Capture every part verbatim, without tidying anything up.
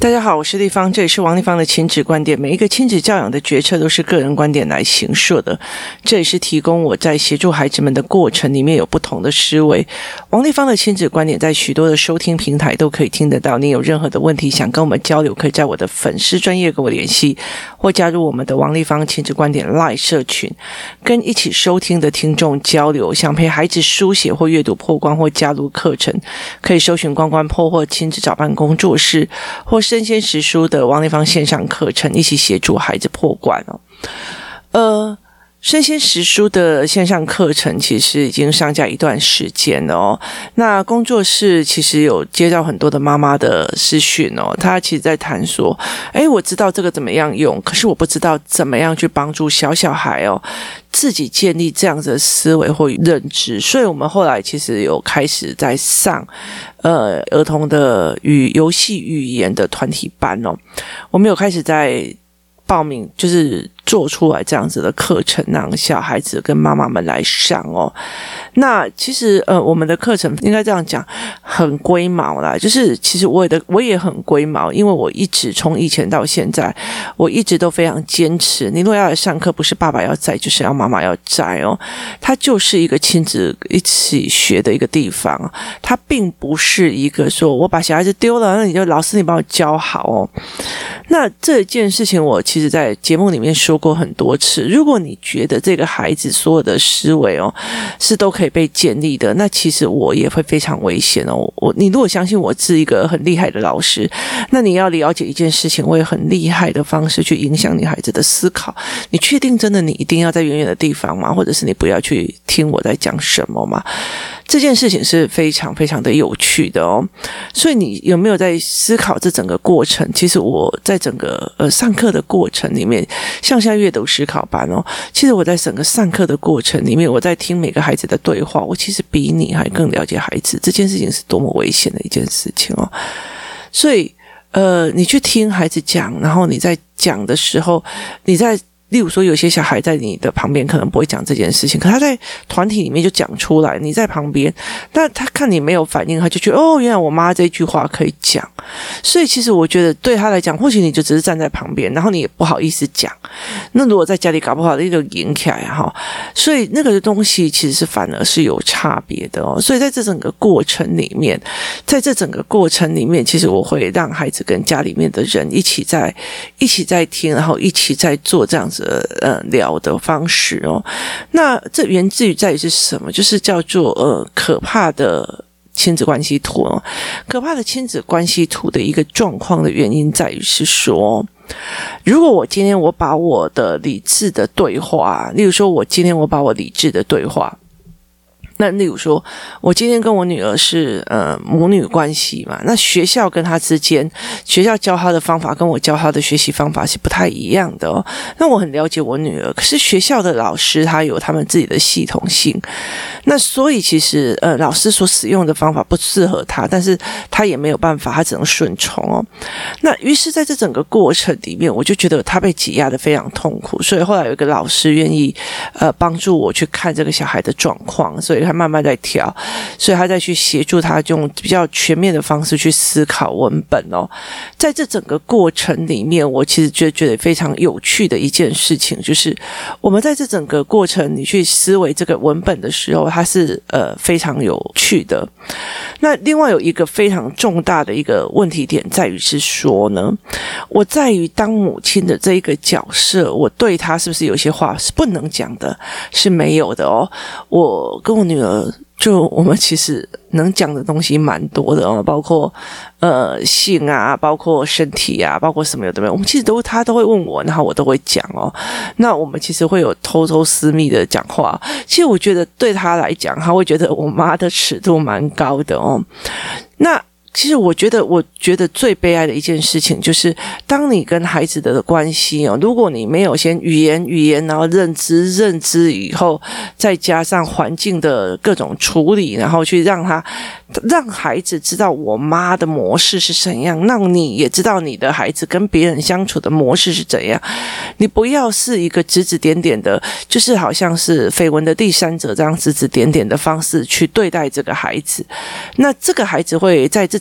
大家好，我是立方，这里是王立方的亲子观点。每一个亲子教养的决策都是个人观点来形塑的，这也是提供我在协助孩子们的过程里面有不同的思维。王立方的亲子观点在许多的收听平台都可以听得到，你有任何的问题想跟我们交流，可以在我的粉丝专页跟我联系，或加入我们的王立方亲子观点 LINE 社群，跟一起收听的听众交流。想陪孩子书写或阅读破关或加入课程，可以搜寻关关破或亲子早班工作室，或身先实书的王立方线上课程，一起协助孩子破关哦。呃，身先实书的线上课程其实已经上架一段时间了哦。那工作室其实有接到很多的妈妈的私讯哦，他其实在谈说，诶，我知道这个怎么样用，可是我不知道怎么样去帮助小小孩哦自己建立这样子的思维或认知，所以我们后来其实有开始在上呃儿童的语游戏语言的团体班哦，我们有开始在报名，就是做出来这样子的课程，让小孩子跟妈妈们来上哦。那其实呃，我们的课程应该这样讲，很龟毛啦。就是其实我也的我也很龟毛，因为我一直从以前到现在，我一直都非常坚持。你如果要来上课，不是爸爸要在，就是要妈妈要在哦。它就是一个亲子一起学的一个地方，它并不是一个说我把小孩子丢了，那你就老师你帮我教好哦。那这件事情我其实在节目里面说过很多次，如果你觉得这个孩子所有的思维哦是都可以被建立的，那其实我也会非常危险哦。我你如果相信我是一个很厉害的老师，那你要了解一件事情，我有很厉害的方式去影响你孩子的思考。你确定真的你一定要在远远的地方吗？或者是你不要去听我在讲什么吗？这件事情是非常非常的有趣的哦。所以你有没有在思考这整个过程？其实我在整个呃上课的过程里面，向下阅读思考班哦，其实我在整个上课的过程里面，我在听每个孩子的对话，我其实比你还更了解孩子。这件事情是多么危险的一件事情哦。所以呃，你去听孩子讲，然后你在讲的时候，你在例如说有些小孩在你的旁边可能不会讲这件事情，可他在团体里面就讲出来，你在旁边，但他看你没有反应，他就觉得哦，原来我妈这句话可以讲。所以其实我觉得对他来讲，或许你就只是站在旁边，然后你也不好意思讲，那如果在家里搞不好那就赢起来哈。所以那个东西其实是反而是有差别的哦。所以在这整个过程里面，在这整个过程里面，其实我会让孩子跟家里面的人一起在一起在听，然后一起在做这样子呃聊的方式哦。那这源自于在于是什么？就是叫做呃可怕的亲子关系图哦。可怕的亲子关系图的一个状况的原因在于是说，如果我今天我把我的理智的对话，例如说我今天我把我理智的对话，那例如说我今天跟我女儿是呃母女关系嘛，那学校跟她之间，学校教她的方法跟我教她的学习方法是不太一样的哦。那我很了解我女儿，可是学校的老师他有他们自己的系统性，那所以其实呃老师所使用的方法不适合她，但是她也没有办法，她只能顺从哦。那于是在这整个过程里面，我就觉得她被挤压得非常痛苦，所以后来有一个老师愿意呃帮助我去看这个小孩的状况，所以他慢慢在调，所以他再去协助他用比较全面的方式去思考文本哦。在这整个过程里面，我其实觉得觉得非常有趣的一件事情，就是我们在这整个过程你去思维这个文本的时候，它是呃非常有趣的。那另外有一个非常重大的一个问题点在于是说呢，我在于当母亲的这一个角色，我对他是不是有些话是不能讲的？是没有的哦。我跟我女儿就我们其实能讲的东西蛮多的哦，包括呃性啊，包括身体啊，包括什么有的没有，我们其实都他都会问我，然后我都会讲哦。那我们其实会有偷偷私密的讲话，其实我觉得对他来讲，他会觉得我妈的尺度蛮高的哦。那其实我觉得我觉得最悲哀的一件事情就是当你跟孩子的关系哦，如果你没有先语言语言然后认知认知以后，再加上环境的各种处理，然后去让他让孩子知道我妈的模式是怎样，让你也知道你的孩子跟别人相处的模式是怎样，你不要是一个指指点点的，就是好像是绯闻的第三者这样指指点点的方式去对待这个孩子，那这个孩子会在这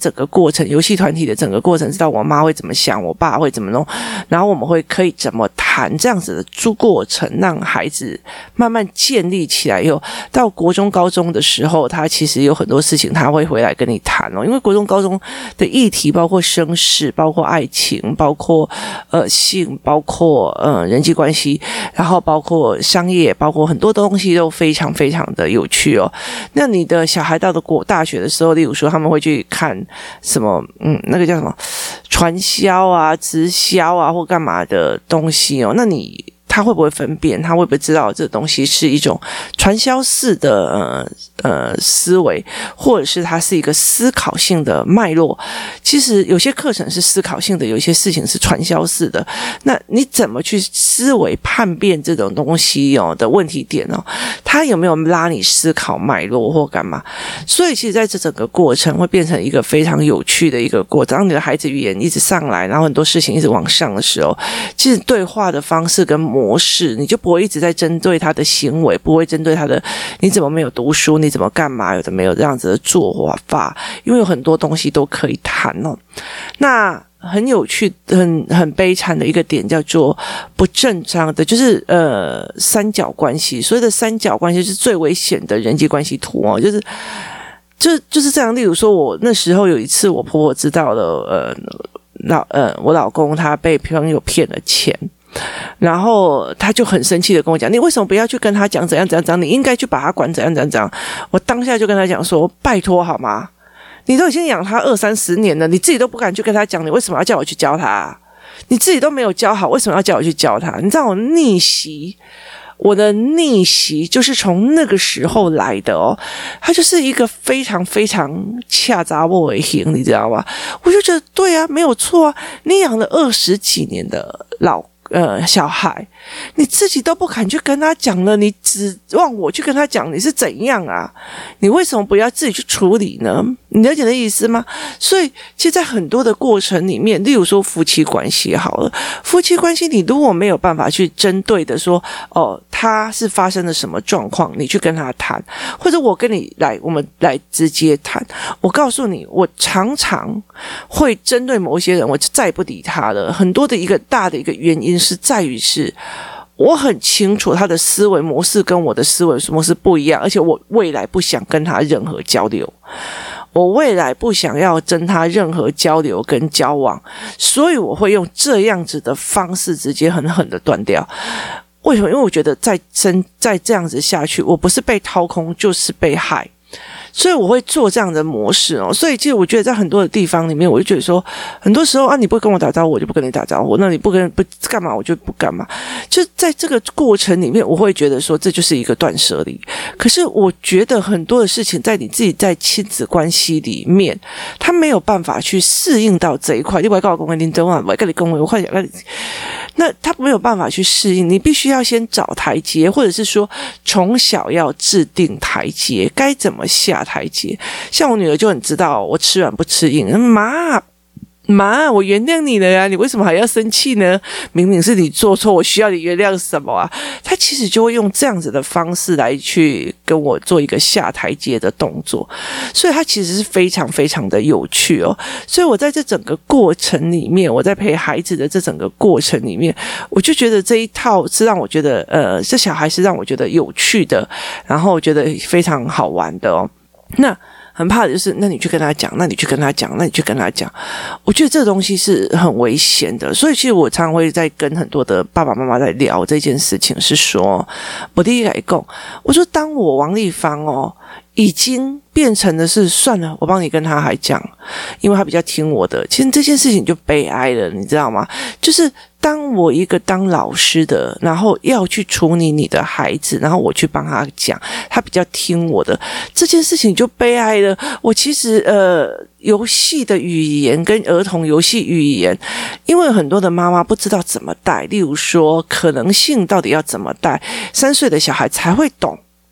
整个过程，游戏团体的整个过程，知道我妈会怎么想，我爸会怎么弄，然后我们会可以怎么谈这样子的过程，让孩子慢慢建立起来。以后到国中高中的时候，他其实有很多事情他会回来跟你谈哦，因为国中高中的议题包括生死，包括爱情，包括呃性，包括呃人际关系，然后包括商业，包括很多东西都非常非常的有趣哦。那你的小孩到了国大学的时候，例如说他们会去看什么，嗯，那个叫什么传销啊、直销啊或干嘛的东西哦，那你他会不会分辨？他会不会知道这东西是一种传销式的呃呃思维，或者是它是一个思考性的脉络？其实有些课程是思考性的，有些事情是传销式的。那你怎么去思维判辨这种东西哦的问题点哦？他有没有拉你思考脉络或干嘛？所以其实在这整个过程会变成一个非常有趣的一个过程。当你的孩子语言一直上来，然后很多事情一直往上的时候，其实对话的方式跟模式，你就不会一直在针对他的行为，不会针对他的你怎么没有读书，你怎么干嘛，有的没有这样子的做法，因为有很多东西都可以谈哦。那很有趣、很很悲惨的一个点叫做不正常的，就是呃三角关系。所谓的三角关系是最危险的人际关系图哦，就是就就是这样。例如说，我那时候有一次，我婆婆知道了，呃老呃我老公他被朋友骗了钱。然后他就很生气的跟我讲，你为什么不要去跟他讲怎样怎样怎样，你应该去把他管怎样怎样怎样。我当下就跟他讲说，拜托好吗，你都已经养他二三十年了，你自己都不敢去跟他讲，你为什么要叫我去教他啊？你自己都没有教好，为什么要叫我去教他？你知道我逆袭，我的逆袭就是从那个时候来的哦。他就是一个非常非常恰杂我为型，你知道吗？我就觉得对啊，没有错啊，你养了二十几年的老呃，小孩，你自己都不敢去跟他讲了，你指望我去跟他讲，你是怎样啊？你为什么不要自己去处理呢？你了解的意思吗？所以，其实，在很多的过程里面，例如说夫妻关系好了，夫妻关系你如果没有办法去针对的说，哦，他是发生了什么状况，你去跟他谈，或者我跟你来，我们来直接谈。我告诉你，我常常会针对某一些人，我就再也不理他了。很多的一个大的一个原因是在于是，我很清楚他的思维模式跟我的思维模式不一样，而且我未来不想跟他任何交流，我未来不想要跟他任何交流跟交往，所以我会用这样子的方式直接狠狠的断掉。为什么？因为我觉得再真再这样子下去，我不是被掏空就是被害。所以我会做这样的模式哦，所以其实我觉得在很多的地方里面，我就觉得说，很多时候啊，你不跟我打招呼，我就不跟你打招呼；那你不跟不干嘛，我就不干嘛。就在这个过程里面，我会觉得说，这就是一个断舍离。可是我觉得很多的事情，在你自己在亲子关系里面，他没有办法去适应到这一块。你外告公跟林真啊，我跟你跟我，我快点跟你。那他没有办法去适应，你必须要先找台阶，或者是说从小要制定台阶，该怎么下台阶。像我女儿就很知道，我吃软不吃硬，妈妈，我原谅你了呀，你为什么还要生气呢？明明是你做错，我需要你原谅什么啊？他其实就会用这样子的方式来去跟我做一个下台阶的动作，所以他其实是非常非常的有趣哦。所以我在这整个过程里面，我在陪孩子的这整个过程里面，我就觉得这一套是让我觉得，呃，这小孩是让我觉得有趣的，然后我觉得非常好玩的哦。那很怕的就是，那你去跟他讲，那你去跟他讲，那你去跟他讲，我觉得这个东西是很危险的。所以其实我常常会在跟很多的爸爸妈妈在聊这件事情，是说，我第一个来讲，我说当我王丽芳哦，已经变成的是算了，我帮你跟他还讲，因为他比较听我的。其实这件事情就悲哀了，你知道吗？就是当我一个当老师的，然后要去处理你的孩子，然后我去帮他讲，他比较听我的，这件事情就悲哀了。我其实呃，游戏的语言跟儿童游戏语言，因为很多的妈妈不知道怎么带，例如说可能性到底要怎么带，三岁的小孩才会懂。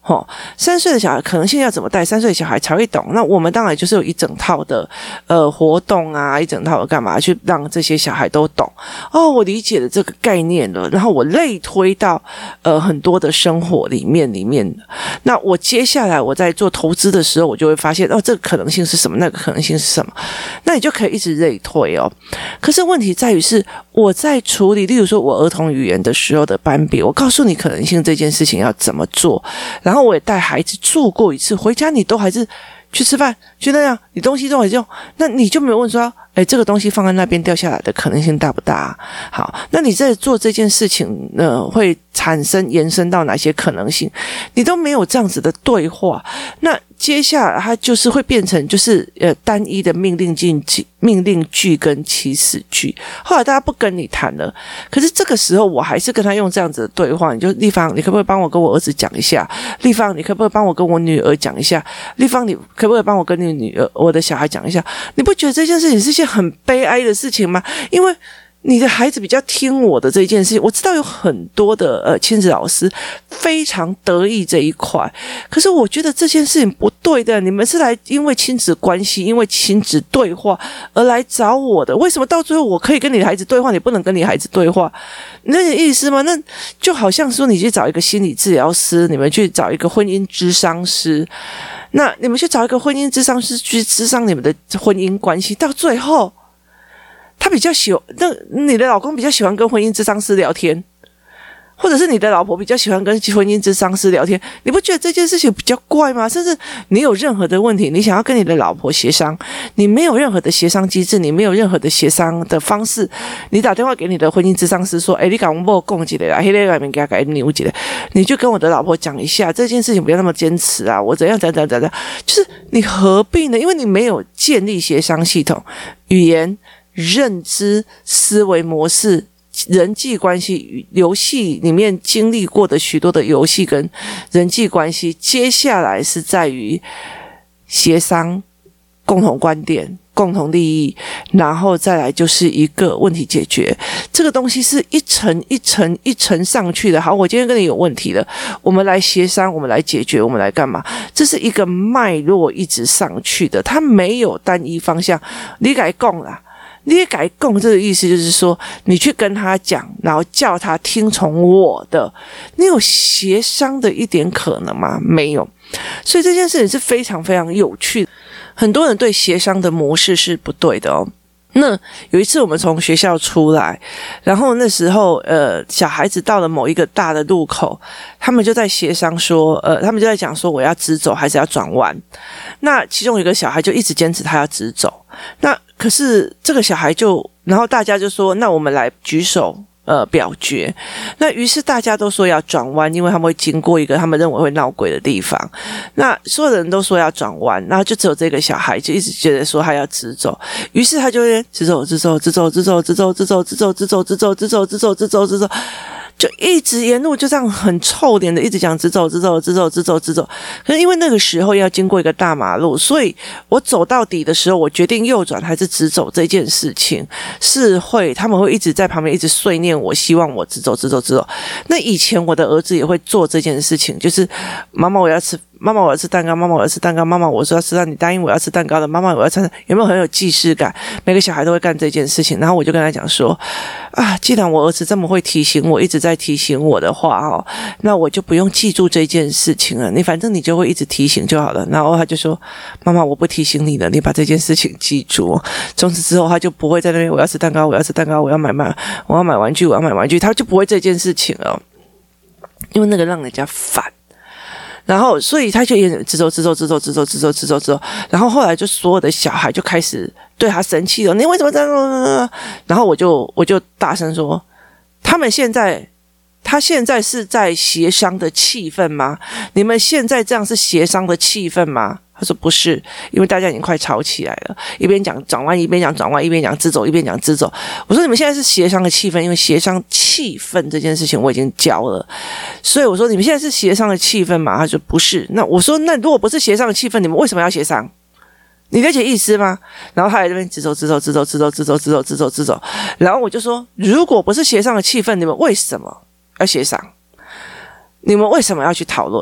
哦，三岁的小孩可能性要怎么带，三岁的小孩才会懂。那我们当然就是有一整套的呃活动啊，一整套的干嘛去让这些小孩都懂。哦，我理解了这个概念了，然后我类推到呃很多的生活里面里面。那我接下来我在做投资的时候，我就会发现哦，这个可能性是什么，那个可能性是什么，那你就可以一直类推哦。可是问题在于是我在处理，例如说我儿童语言的时候的班别，我告诉你可能性这件事情要怎么做。然后我也带孩子做过一次，回家你都还是去吃饭，去那样，你东西都还是用，那你就没有问说，哎，这个东西放在那边掉下来的可能性大不大啊？好，那你在做这件事情呢，会产生延伸到哪些可能性？你都没有这样子的对话，那接下来它就是会变成就是呃单一的命令句、命令句跟祈使句。后来大家不跟你谈了，可是这个时候我还是跟他用这样子的对话，你就立方，你可不可以帮我跟我儿子讲一下？立方，你可不可以帮我跟我女儿讲一下？立方，你可不可以帮我跟你女儿、我的小孩讲一下？你不觉得这件事情是一件很悲哀的事情吗？因为你的孩子比较听我的这一件事情，我知道有很多的呃亲子老师非常得意这一块，可是我觉得这件事情不对的。你们是来因为亲子关系、因为亲子对话而来找我的，为什么到最后我可以跟你的孩子对话，你不能跟你孩子对话？那个意思吗？那就好像说你去找一个心理治疗师，你们去找一个婚姻諮商师，那你们去找一个婚姻諮商师去諮商你们的婚姻关系，到最后他比较喜欢，那你的老公比较喜欢跟婚姻諮商师聊天，或者是你的老婆比较喜欢跟婚姻諮商师聊天，你不觉得这件事情比较怪吗？甚至你有任何的问题，你想要跟你的老婆协商，你没有任何的协商机制，你没有任何的协商的方式，你打电话给你的婚姻諮商师说，诶，你跟我讲一下啦，那个物件给你扭一下，你就跟我的老婆讲一下这件事情，不要那么坚持啊，我怎样怎样怎样怎样，就是你何必呢？因为你没有建立协商系统，语言、认知、思维模式、人际关系，游戏里面经历过的许多的游戏跟人际关系，接下来是在于协商、共同观点、共同利益，然后再来就是一个问题解决。这个东西是一层一层一层上去的。好，我今天跟你有问题了，我们来协商，我们来解决，我们来干嘛？这是一个脉络一直上去的，它没有单一方向。你该讲啦。你也改共这个意思就是说，你去跟他讲，然后叫他听从我的，你有协商的一点可能吗？没有。所以这件事情是非常非常有趣的，很多人对协商的模式是不对的哦。那有一次我们从学校出来，然后那时候呃小孩子到了某一个大的路口，他们就在协商说呃他们就在讲说我要直走还是要转弯。那其中有一个小孩就一直坚持他要直走，那可是这个小孩就然后大家就说那我们来举手呃表决。那于是大家都说要转弯，因为他们会经过一个他们认为会闹鬼的地方，那所有的人都说要转弯，然后就只有这个小孩就一直觉得说他要直走，于是他就会直走直走直走直走直走直走直走直走直走直走直走直走直走，就一直沿路就这样很臭脸的一直讲直走直走直走直走直走。可是因为那个时候要经过一个大马路，所以我走到底的时候，我决定右转还是直走这件事情是会他们会一直在旁边一直碎念我，希望我直走直走直走。那以前我的儿子也会做这件事情，就是妈妈我要吃妈妈我要吃蛋糕，妈妈我要吃蛋糕，妈妈我说要吃蛋，你答应我要吃蛋糕的，妈妈我要吃，有没有很有既视感？每个小孩都会干这件事情。然后我就跟他讲说啊，既然我儿子这么会提醒我，一直在提醒我的话哦，那我就不用记住这件事情了，你反正你就会一直提醒就好了。然后他就说妈妈我不提醒你了，你把这件事情记住。从此之后他就不会在那边我要吃蛋糕我要吃蛋糕我要买买我要买玩具我要买玩具，他就不会这件事情了，因为那个让人家烦。然后所以他就一直走直走直走直走直走直走直走，然后后来就所有的小孩就开始对他生气了，你为什么这样？然后我就我就大声说，他们现在他现在是在协商的气氛吗？你们现在这样是协商的气氛吗？他说不是，因为大家已经快吵起来了，一边讲转弯一边讲转弯，一边讲直走一边讲直走。我说你们现在是协商的气氛，因为协商气氛这件事情我已经教了，所以我说你们现在是协商的气氛嘛？他说不是。那我说那如果不是协商的气氛，你们为什么要协商？你了解意思吗？然后他在这边直走直走直走直走直走直走直走直走，然后我就说如果不是协商的气氛，你们为什么要协商？你们为什么要去讨论？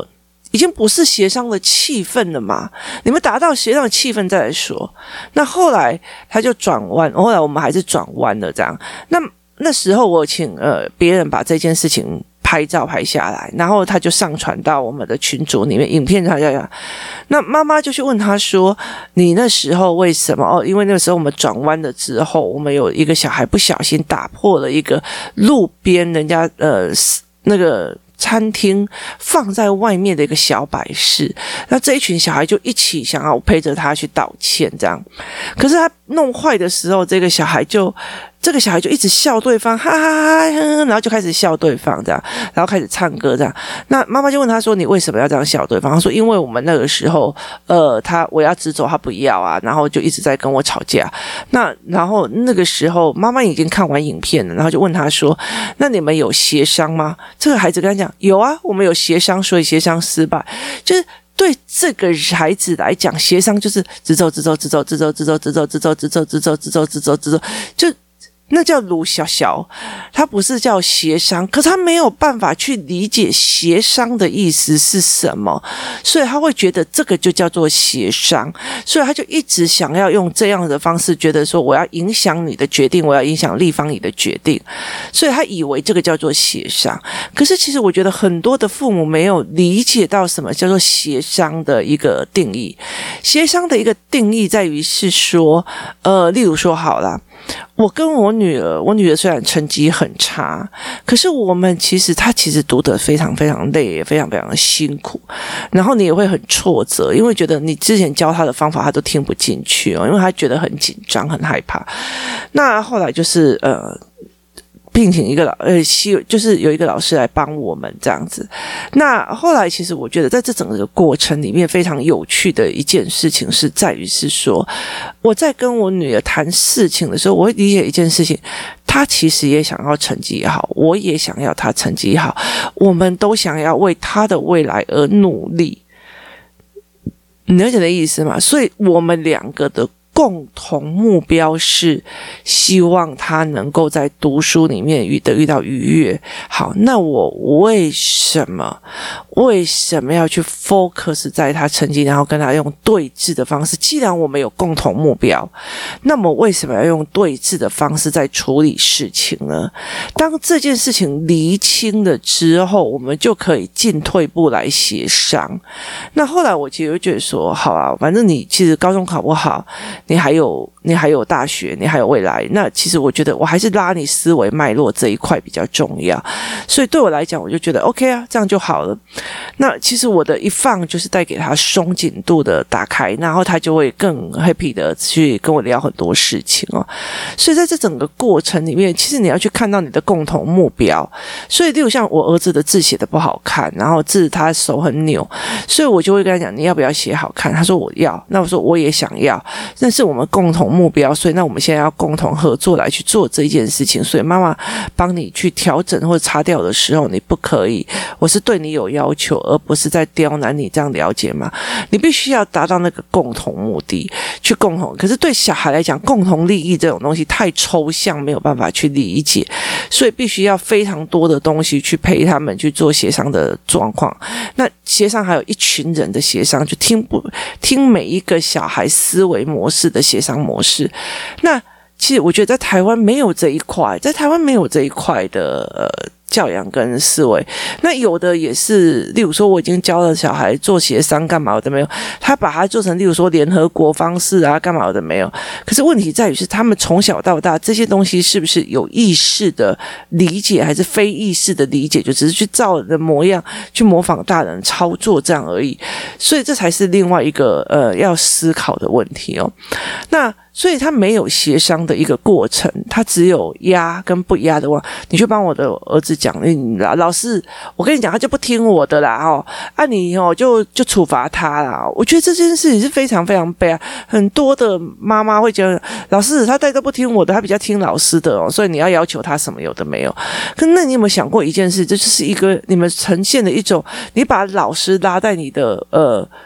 已经不是协商的气氛了嘛，你们达到协商的气氛再来说。那后来他就转弯，后来我们还是转弯了这样。那那时候我请呃别人把这件事情拍照拍下来，然后他就上传到我们的群组里面，影片上下。那妈妈就去问他说：“你那时候为什么？”哦，因为那个时候我们转弯了之后，我们有一个小孩不小心打破了一个路边人家呃那个餐厅放在外面的一个小摆饰，那这一群小孩就一起想要陪着他去道歉，这样。可是他弄坏的时候，这个小孩就。这个小孩就一直笑对方，哈哈哈哈，然后就开始笑对方这样，然后开始唱歌这样。那妈妈就问他说：“你为什么要这样笑对方？”他说：“因为我们那个时候，呃，他我要直走，他不要啊，然后就一直在跟我吵架。那然后那个时候，妈妈已经看完影片了，然后就问他说：‘那你们有协商吗？’这个孩子跟他讲：‘有啊，我们有协商，所以协商失败。’就是。”对这个孩子来讲，协商就是直走直走直走直走直走直走直走直走直走直走直走直走，就那叫卢小小，他不是叫协商，可是他没有办法去理解协商的意思是什么，所以他会觉得这个就叫做协商，所以他就一直想要用这样的方式，觉得说我要影响你的决定，我要影响立方你的决定，所以他以为这个叫做协商。可是其实我觉得很多的父母没有理解到什么叫做协商的一个定义。协商的一个定义在于是说，呃，例如说好啦，我跟我女儿，我女儿虽然成绩很差，可是我们其实她其实读得非常非常累，也非常非常的辛苦，然后你也会很挫折，因为觉得你之前教她的方法她都听不进去哦，因为她觉得很紧张很害怕。那后来就是呃聘请一个老呃，就是有一个老师来帮我们这样子。那后来其实我觉得在这整个过程里面非常有趣的一件事情是在于是说，我在跟我女儿谈事情的时候，我会理解一件事情，她其实也想要成绩好，我也想要她成绩好，我们都想要为她的未来而努力，你了解的意思吗？所以我们两个的共同目标是希望他能够在读书里面遇得遇到愉悦。好，那我为什么为什么要去 focus 在他成绩，然后跟他用对峙的方式？既然我们有共同目标，那么为什么要用对峙的方式在处理事情呢？当这件事情厘清了之后，我们就可以进退步来协商。那后来我其实就觉得说，好啊，反正你其实高中考不好，你还有你还有大学，你还有未来，那其实我觉得我还是拉你思维脉络这一块比较重要，所以对我来讲我就觉得 OK 啊，这样就好了。那其实我的一放就是带给他松紧度的打开，然后他就会更 happy 的去跟我聊很多事情哦。所以在这整个过程里面，其实你要去看到你的共同目标。所以例如像我儿子的字写的不好看，然后字他手很扭，所以我就会跟他讲，你要不要写好看？他说我要，那我说我也想要，但是我们共同目标，所以那我们现在要共同合作来去做这件事情。所以妈妈帮你去调整或者擦掉的时候，你不可以，我是对你有要求，而不是在刁难你，这样了解吗？你必须要达到那个共同目的，去共同。可是对小孩来讲，共同利益这种东西太抽象，没有办法去理解，所以必须要非常多的东西去陪他们去做协商的状况。那协商还有一群人的协商，就听不听每一个小孩思维模式的协商模式。那其实我觉得在台湾没有这一块，在台湾没有这一块的呃教养跟思维。那有的也是，例如说我已经教了小孩做协商干嘛的没有，他把它做成例如说联合国方式啊干嘛的没有。可是问题在于是他们从小到大这些东西是不是有意识的理解，还是非意识的理解，就只是去照人的模样去模仿大人操作这样而已。所以这才是另外一个呃要思考的问题哦。那所以他没有协商的一个过程，他只有压跟不压的话，你去帮我的儿子讲，老师，我跟你讲，他就不听我的啦，哦，啊你哦就就处罚他啦。我觉得这件事情是非常非常悲哀，很多的妈妈会觉得，老师他带都不听我的，他比较听老师的哦，所以你要要求他什么有的没有。可那你有没有想过一件事？这就是一个你们呈现的一种，你把老师拉在你的呃。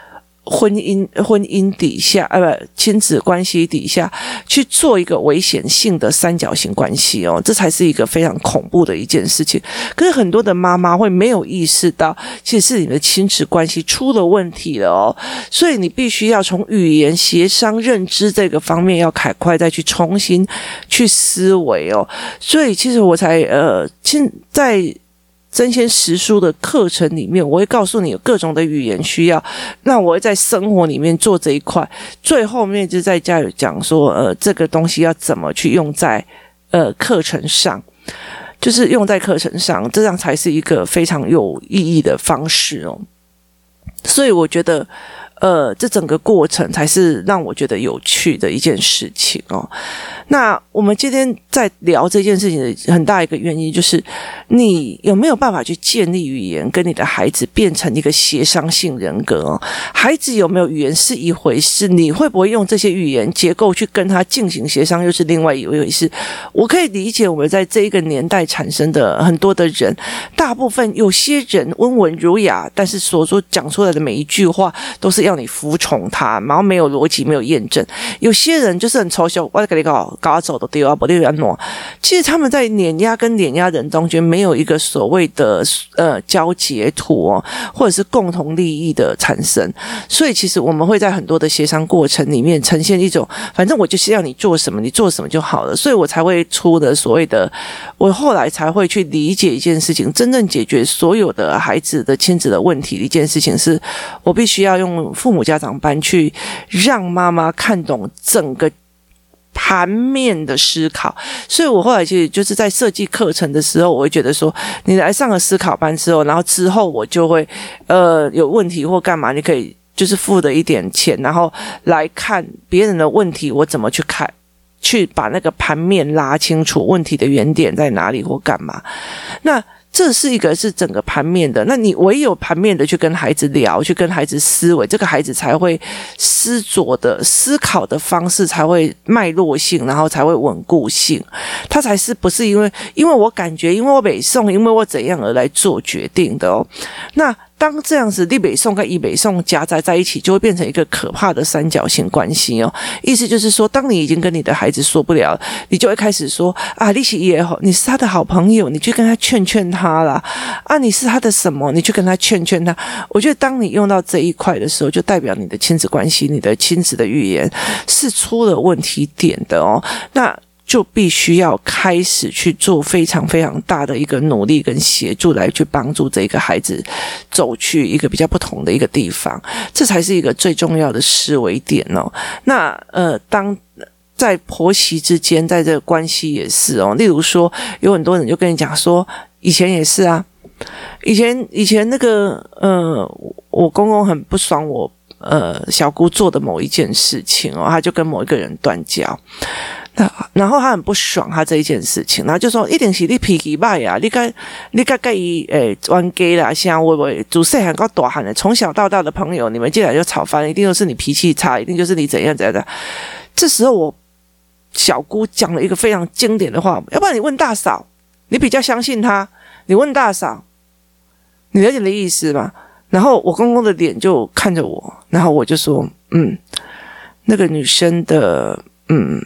婚姻婚姻底下，呃，不，亲子关系底下去做一个危险性的三角形关系哦，这才是一个非常恐怖的一件事情。可是很多的妈妈会没有意识到，其实是你的亲子关系出了问题了哦，所以你必须要从语言协商、认知这个方面要赶快再去重新去思维哦。所以其实我才呃，现在。真仙实书的课程里面，我会告诉你有各种的语言需要，那我会在生活里面做这一块，最后面就在家有讲说，呃，这个东西要怎么去用在呃课程上，就是用在课程上，这样才是一个非常有意义的方式哦。所以我觉得。呃，这整个过程才是让我觉得有趣的一件事情哦。那我们今天在聊这件事情的很大一个原因，就是你有没有办法去建立语言，跟你的孩子变成一个协商性人格哦？孩子有没有语言是一回事，你会不会用这些语言结构去跟他进行协商，又是另外一回事。我可以理解我们在这一个年代产生的很多的人，大部分有些人温文儒雅，但是所说讲出来的每一句话都是要你服从他，然后没有逻辑，没有验证。有些人就是很抽象，我跟你搞搞走的丢啊，不丢安诺。其实他们在碾压跟碾压人中间没有一个所谓的呃交结图哦，或者是共同利益的产生。所以其实我们会在很多的协商过程里面呈现一种，反正我就是要你做什么，你做什么就好了。所以我才会出的所谓的，我后来才会去理解一件事情，真正解决所有的孩子的亲子的问题的一件事情是，我必须要用父母家长班去让妈妈看懂整个盘面的思考。所以我后来其实就是在设计课程的时候，我会觉得说，你来上了思考班之后，然后之后我就会呃有问题或干嘛，你可以就是付的一点钱，然后来看别人的问题，我怎么去看，去把那个盘面拉清楚，问题的原点在哪里或干嘛。那这是一个是整个盘面的，那你唯有盘面的去跟孩子聊，去跟孩子思维，这个孩子才会思索的思考的方式才会脉络性，然后才会稳固性，他才是不是因为因为我感觉因为我北宋因为我怎样而来做决定的哦。那当这样子，你北宋跟以北宋夹杂在一起，就会变成一个可怕的三角形关系哦。意思就是说，当你已经跟你的孩子说不了，你就会开始说啊，你是也好，你是他的好朋友，你去跟他劝劝他啦。啊，你是他的什么，你去跟他劝劝他。我觉得当你用到这一块的时候，就代表你的亲子关系，你的亲子的语言是出了问题点的哦。那就必须要开始去做非常非常大的一个努力跟协助，来去帮助这个孩子走去一个比较不同的一个地方，这才是一个最重要的思维点哦。那呃，当在婆媳之间，在这个关系也是哦。例如说，有很多人就跟你讲说，以前也是啊，以前以前那个呃，我公公很不爽我呃小姑做的某一件事情哦，他就跟某一个人断交。然后他很不爽他这一件事情，然后就说一定是你脾气坏啊，你该你该跟伊诶冤家啦，像我我自细汉到大汉的，从小到大的朋友，你们进来就吵翻，一定就是你脾气差，一定就是你怎样怎样的。这时候我小姑讲了一个非常经典的话，要不然你问大嫂，你比较相信她，你问大嫂，你了解的意思吗？然后我公公的脸就看着我，然后我就说，嗯，那个女生的，嗯。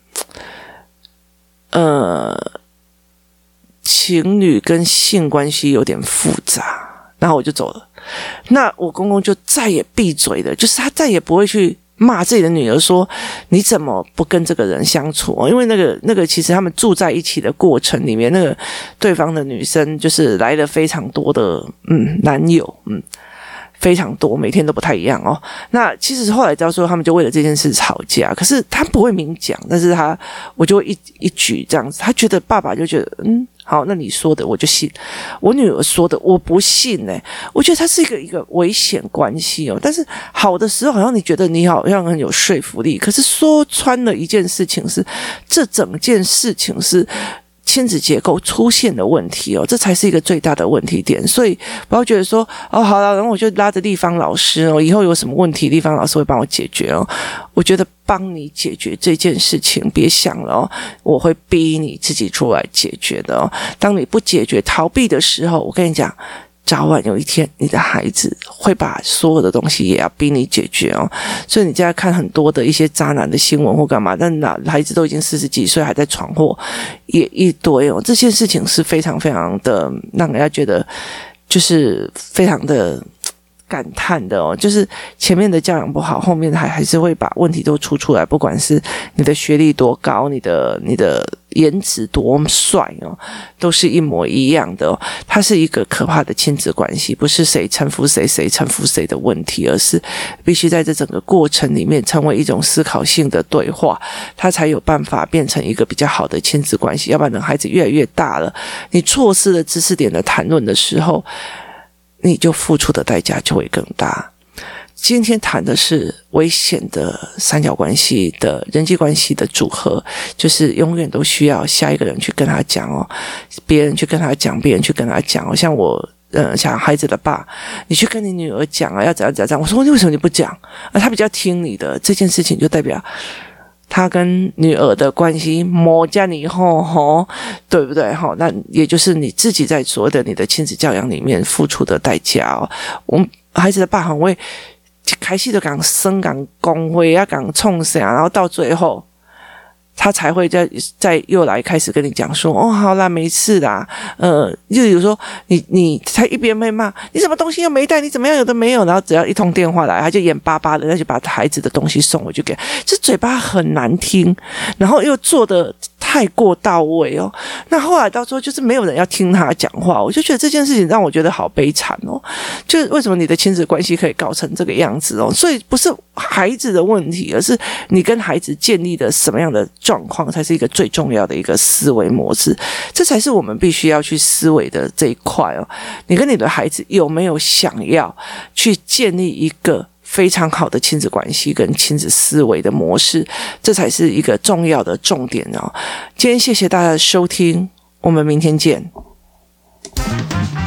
呃，情侣跟性关系有点复杂，然后我就走了。那我公公就再也闭嘴了，就是他再也不会去骂自己的女儿说你怎么不跟这个人相处，因为那个那个其实他们住在一起的过程里面，那个对方的女生就是来了非常多的嗯男友，嗯。非常多，每天都不太一样哦。那其实后来知道说他们就为了这件事吵架，可是他不会明讲，但是他我就会一一举这样子。他觉得爸爸就觉得嗯好，那你说的我就信，我女儿说的我不信呢、欸。我觉得它是一个一个危险关系哦。但是好的时候好像你觉得你好像很有说服力，可是说穿了一件事情是，这整件事情是。亲子结构出现的问题哦，这才是一个最大的问题点。所以不要觉得说哦好了，然后我就拉着立方老师哦，以后有什么问题，立方老师会帮我解决哦。我觉得帮你解决这件事情，别想了哦，我会逼你自己出来解决的哦。当你不解决、逃避的时候，我跟你讲， 早晚有一天，你的孩子会把所有的东西也要逼你解决哦。所以你现在看很多的一些渣男的新闻或干嘛，但那孩子都已经四十几岁还在闯祸，也一堆哦。这件事情是非常非常的让人家觉得就是非常的感叹的哦，就是前面的教养不好，后面还还是会把问题都出出来，不管是你的学历多高，你的你的颜值多帅哦，都是一模一样的哦。它是一个可怕的亲子关系，不是谁臣服谁谁臣服谁的问题，而是必须在这整个过程里面成为一种思考性的对话，它才有办法变成一个比较好的亲子关系。要不然等孩子越来越大了，你错失了知识点的谈论的时候，你就付出的代价就会更大。今天谈的是危险的三角关系的人际关系的组合，就是永远都需要下一个人去跟他讲哦，别人去跟他讲，别人去跟他讲哦。像我呃，像孩子的爸，你去跟你女儿讲啊，要怎样怎样。我说为什么你不讲？啊，他比较听你的，这件事情就代表他跟女儿的关系磨加你后吼，对不对吼？那也就是你自己在所谓的你的亲子教养里面付出的代价哦。我们孩子的爸很会开始就讲生讲公会要讲冲啥，然后到最后他才会再再又来开始跟你讲说，哦，好啦，没事啦，呃，就比如说你你他一边被骂，你什么东西又没带，你怎么样有的没有，然后只要一通电话来，他就眼巴巴的，那就把孩子的东西送回去给，这嘴巴很难听，然后又做的太过到位哦。那后来到时候就是没有人要听他讲话，我就觉得这件事情让我觉得好悲惨哦。就是为什么你的亲子关系可以搞成这个样子哦？所以不是孩子的问题，而是你跟孩子建立的什么样的状况才是一个最重要的一个思维模式，这才是我们必须要去思维的这一块哦。你跟你的孩子有没有想要去建立一个非常好的亲子关系跟亲子思维的模式，这才是一个重要的重点哦。今天谢谢大家的收听，我们明天见。